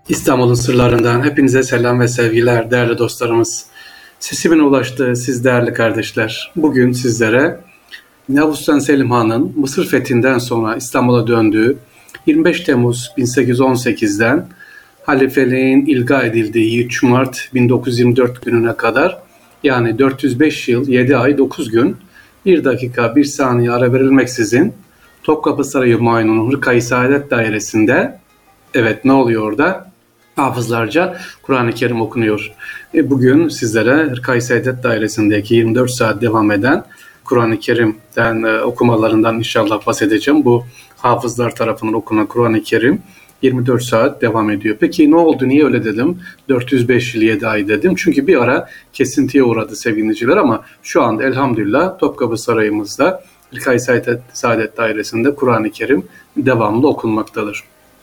İstanbul'un sırlarından hepinize selam ve sevgiler değerli dostlarımız. Sesimin ulaştığı siz değerli kardeşler. Bugün sizlere Yavuz Sultan Selim Han'ın Mısır fethinden sonra İstanbul'a döndüğü 25 Temmuz 1818'den halifeliğin ilga edildiği 3 Mart 1924 gününe kadar yani 405 yıl 7 ay 9 gün 1 dakika 1 saniye ara verilmeksizin Topkapı Sarayı Maynun'un Hırka-i Saadet Dairesi'nde evet ne oluyor orada? Hafızlarca Kur'an-ı Kerim okunuyor. Bugün sizlere Hırka-i Saadet Dairesi'ndeki 24 saat devam eden Kur'an-ı Kerim'den okumalarından inşallah bahsedeceğim. Bu hafızlar tarafından okunan Kur'an-ı Kerim 24 saat devam ediyor. Peki ne oldu? Niye öyle dedim? 405 yıl 7 ay dedim. Çünkü bir ara kesintiye uğradı sevgiliciler ama şu anda elhamdülillah Topkapı Sarayımızda Hırka-i Saadet Dairesi'nde Kur'an-ı Kerim devamlı okunmaktadır.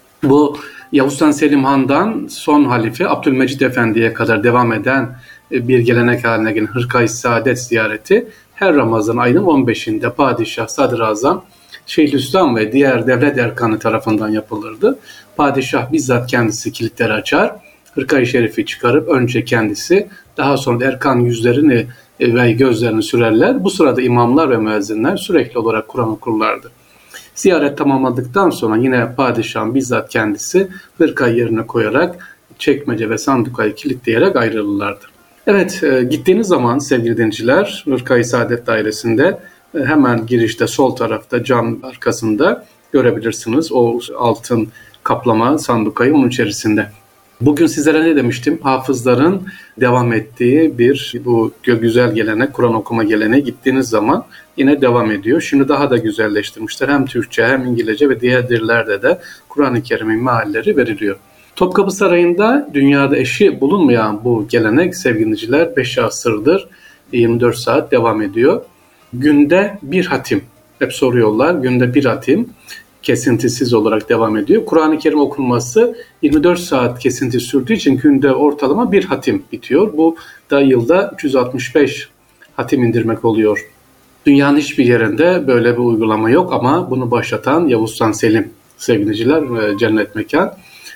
Bu Yavuz Sultan Selim Han'dan son halife Abdülmecid Efendi'ye kadar devam eden bir gelenek haline gelen Hırka-i Saadet ziyareti her Ramazan ayının 15'inde Padişah, Sadrazam, Şeyhülislam ve diğer devlet erkanı tarafından yapılırdı. Padişah bizzat kendisi kilitleri açar, Hırka-i Şerif'i çıkarıp önce kendisi daha sonra da erkan yüzlerini ve gözlerini sürerler. Bu sırada imamlar ve müezzinler sürekli olarak Kur'an okurlardı. Ziyaret tamamladıktan sonra yine padişahın bizzat kendisi hırkayı yerine koyarak çekmece ve sandukayı kilitleyerek ayrılırlardı. Evet, gittiğiniz zaman sevgili dinleyiciler Hırka-i Saadet Dairesi'nde hemen girişte sol tarafta cam arkasında görebilirsiniz o altın kaplama sandukayı onun içerisinde. Bugün sizlere ne demiştim? Hafızların devam ettiği bu güzel gelenek, Kur'an okuma geleneği gittiğiniz zaman yine devam ediyor. Şimdi daha da güzelleştirmişler. Hem Türkçe hem İngilizce ve diğer dillerde de Kur'an-ı Kerim'in mealleri veriliyor. Topkapı Sarayı'nda dünyada eşi bulunmayan bu gelenek sevgiliciler 5 asırdır 24 saat devam ediyor. Günde bir hatim, hep soruyorlar, günde bir hatim kesintisiz olarak devam ediyor. Kur'an-ı Kerim okunması 24 saat kesinti sürdüğü için günde ortalama bir hatim bitiyor. Bu da yılda 365 hatim indirmek oluyor. Dünyanın hiçbir yerinde böyle bir uygulama yok ama bunu başlatan Yavuz Sultan Selim sevgiliciler cennet mekan.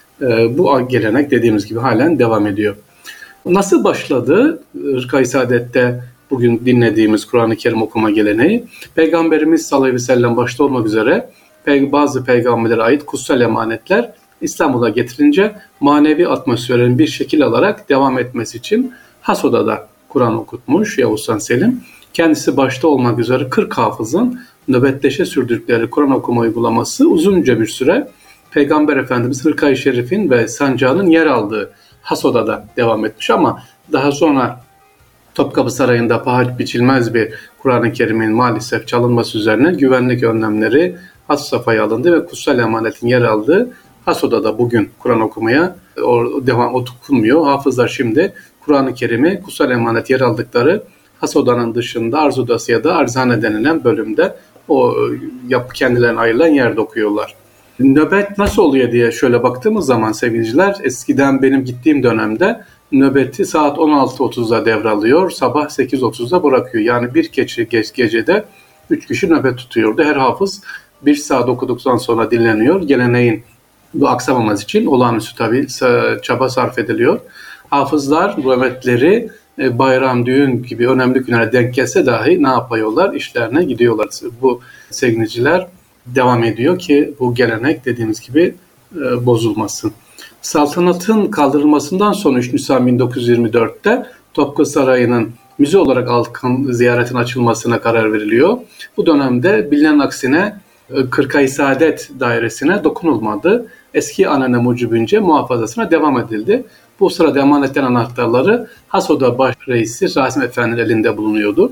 Bu gelenek dediğimiz gibi halen devam ediyor. Nasıl başladı Hırka-i Saadet'te bugün dinlediğimiz Kur'an-ı Kerim okuma geleneği? Peygamberimiz sallallahu aleyhi ve sellem başta olmak üzere bazı peygamberlere ait kutsal emanetler İstanbul'a getirince manevi atmosferin bir şekil alarak devam etmesi için has odada Kur'an okutmuş Yavuz Sultan Selim. Kendisi başta olmak üzere 40 hafızın nöbetleşe sürdürdükleri Kur'an okuma uygulaması uzunca bir süre Peygamber Efendimiz Hırka-i Şerif'in ve sancağının yer aldığı has odada devam etmiş ama daha sonra Topkapı Sarayı'nda paha biçilmez bir Kur'an-ı Kerim'in maalesef çalınması üzerine güvenlik önlemleri has safhaya alındı ve kutsal emanetin yer aldığı has odada bugün Kur'an okumaya okunmuyor. Hafızlar şimdi Kur'an-ı Kerim'i kutsal emanet yer aldıkları has odanın dışında arz odası ya da arzhane denilen bölümde kendilerine ayrılan yerde okuyorlar. Nöbet nasıl oluyor diye şöyle baktığımız zaman sevgiliciler eskiden benim gittiğim dönemde nöbeti saat 16.30'da devralıyor, sabah 8.30'da bırakıyor. Yani bir gecede 3 kişi nöbet tutuyordu. Her hafız 1 saat okuduktan sonra dinleniyor. Geleneğin bu aksamaması için olağanüstü tabii çaba sarf ediliyor. Hafızlar bu nöbetleri bayram, düğün gibi önemli günlere denk gelse dahi ne yapıyorlar? İşlerine gidiyorlar. Bu sevgiliciler devam ediyor ki bu gelenek dediğimiz gibi bozulmasın. Saltanatın kaldırılmasından sonra 3 Nisan 1924'te Topkapı Sarayı'nın müze olarak ziyaretin açılmasına karar veriliyor. Bu dönemde bilinen aksine Hırka-i Saadet Dairesi'ne dokunulmadı. Eski anane mucibince muhafazasına devam edildi. Bu sırada emanetten anahtarları has oda baş reisi Rasim Efendi'nin elinde bulunuyordu.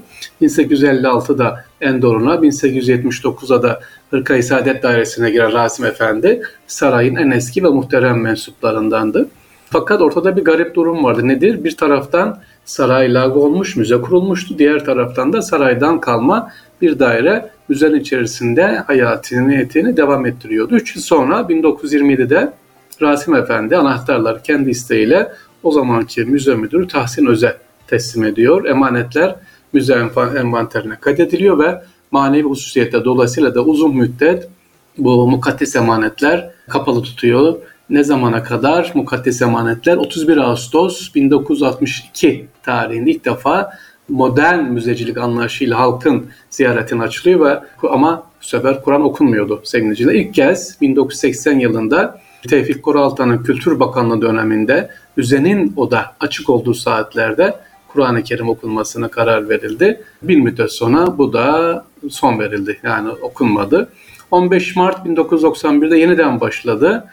1856'da Endorun'a, 1879'da da Hırka-i Saadet Dairesi'ne giren Rasim Efendi sarayın en eski ve muhterem mensuplarındandı. Fakat ortada bir garip durum vardı. Nedir? Bir taraftan saray lağv olmuş, müze kurulmuştu. Diğer taraftan da saraydan kalma bir daire müzenin içerisinde hayatını devam ettiriyordu. 3 yıl sonra 1927'de Rasim Efendi anahtarları kendi isteğiyle o zamanki müze müdürü Tahsin Öz'e teslim ediyor. Emanetler müze envanterine kaydediliyor ve manevi hususiyette dolayısıyla da uzun müddet bu mukaddes emanetler kapalı tutuyor. Ne zamana kadar? Mukaddes Emanetler 31 Ağustos 1962 tarihinde ilk defa modern müzecilik anlayışıyla halkın ziyaretine açılıyor ama bu sefer Kur'an okunmuyordu sevgiliciler. İlk kez 1980 yılında Tevfik Koraltan'ın Kültür Bakanlığı döneminde müzenin açık olduğu saatlerde Kur'an-ı Kerim okunmasına karar verildi. Bir müddet sonra bu da son verildi. Yani okunmadı. 15 Mart 1991'de yeniden başladı.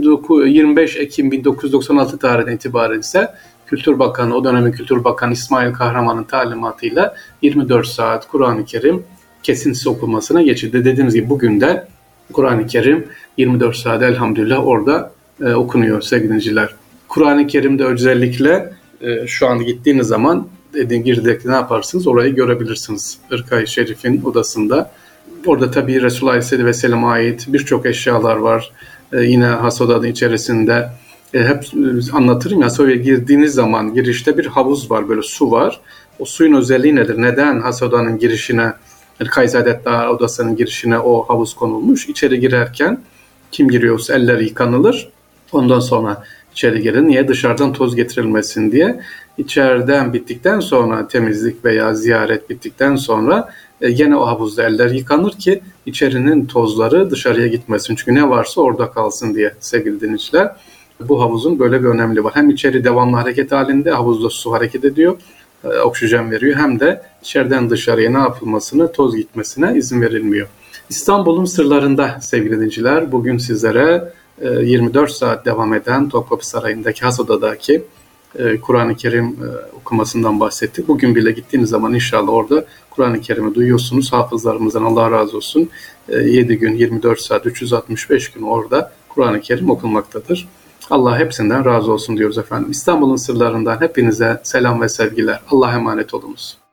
25 Ekim 1996 tarihinden itibaren ise Kültür Bakanı, o dönemin Kültür Bakanı İsmail Kahraman'ın talimatıyla 24 saat Kur'an-ı Kerim kesintisiz okunmasına geçildi. Dediğimiz gibi bugün de Kur'an-ı Kerim 24 saat elhamdülillah orada okunuyor sevgili dinleyiciler. Kur'an-ı Kerim'de özellikle şu anda gittiğiniz zaman Girdi'deki ne yaparsınız? Orayı görebilirsiniz. Irkay-ı Şerif'in odasında. Orada tabii Resulullah Aleyhisselatü Vesselam'a ait birçok eşyalar var. Yine Hasoda'nın içerisinde hep anlatırım ya, Hasoda'ya girdiğiniz zaman girişte bir havuz var, böyle su var. O suyun özelliği nedir? Neden Hasoda'nın girişine, Kaysaadet Dağı odasının girişine o havuz konulmuş? İçeri girerken kim giriyorsa elleri yıkanılır. Ondan sonra içeri girin. Niye? Dışarıdan toz getirilmesin diye. İçeriden bittikten sonra temizlik veya ziyaret bittikten sonra yine o havuzda eller yıkanır ki içerinin tozları dışarıya gitmesin. Çünkü ne varsa orada kalsın diye sevgili dinleyiciler. Bu havuzun böyle bir önemli var. Hem içeri devamlı hareket halinde, havuzda su hareket ediyor, oksijen veriyor. Hem de içeriden dışarıya ne yapılmasını, toz gitmesine izin verilmiyor. İstanbul'un sırlarında sevgili dinleyiciler, bugün sizlere 24 saat devam eden Topkapı Sarayı'ndaki Hasoda'daki Kur'an-ı Kerim okumasından bahsettik. Bugün bile gittiğiniz zaman inşallah orada Kur'an-ı Kerim'i duyuyorsunuz. Hafızlarımızdan Allah razı olsun. 7 gün, 24 saat, 365 gün orada Kur'an-ı Kerim okunmaktadır. Allah hepsinden razı olsun diyoruz efendim. İstanbul'un sırlarından hepinize selam ve sevgiler. Allah'a emanet olunuz.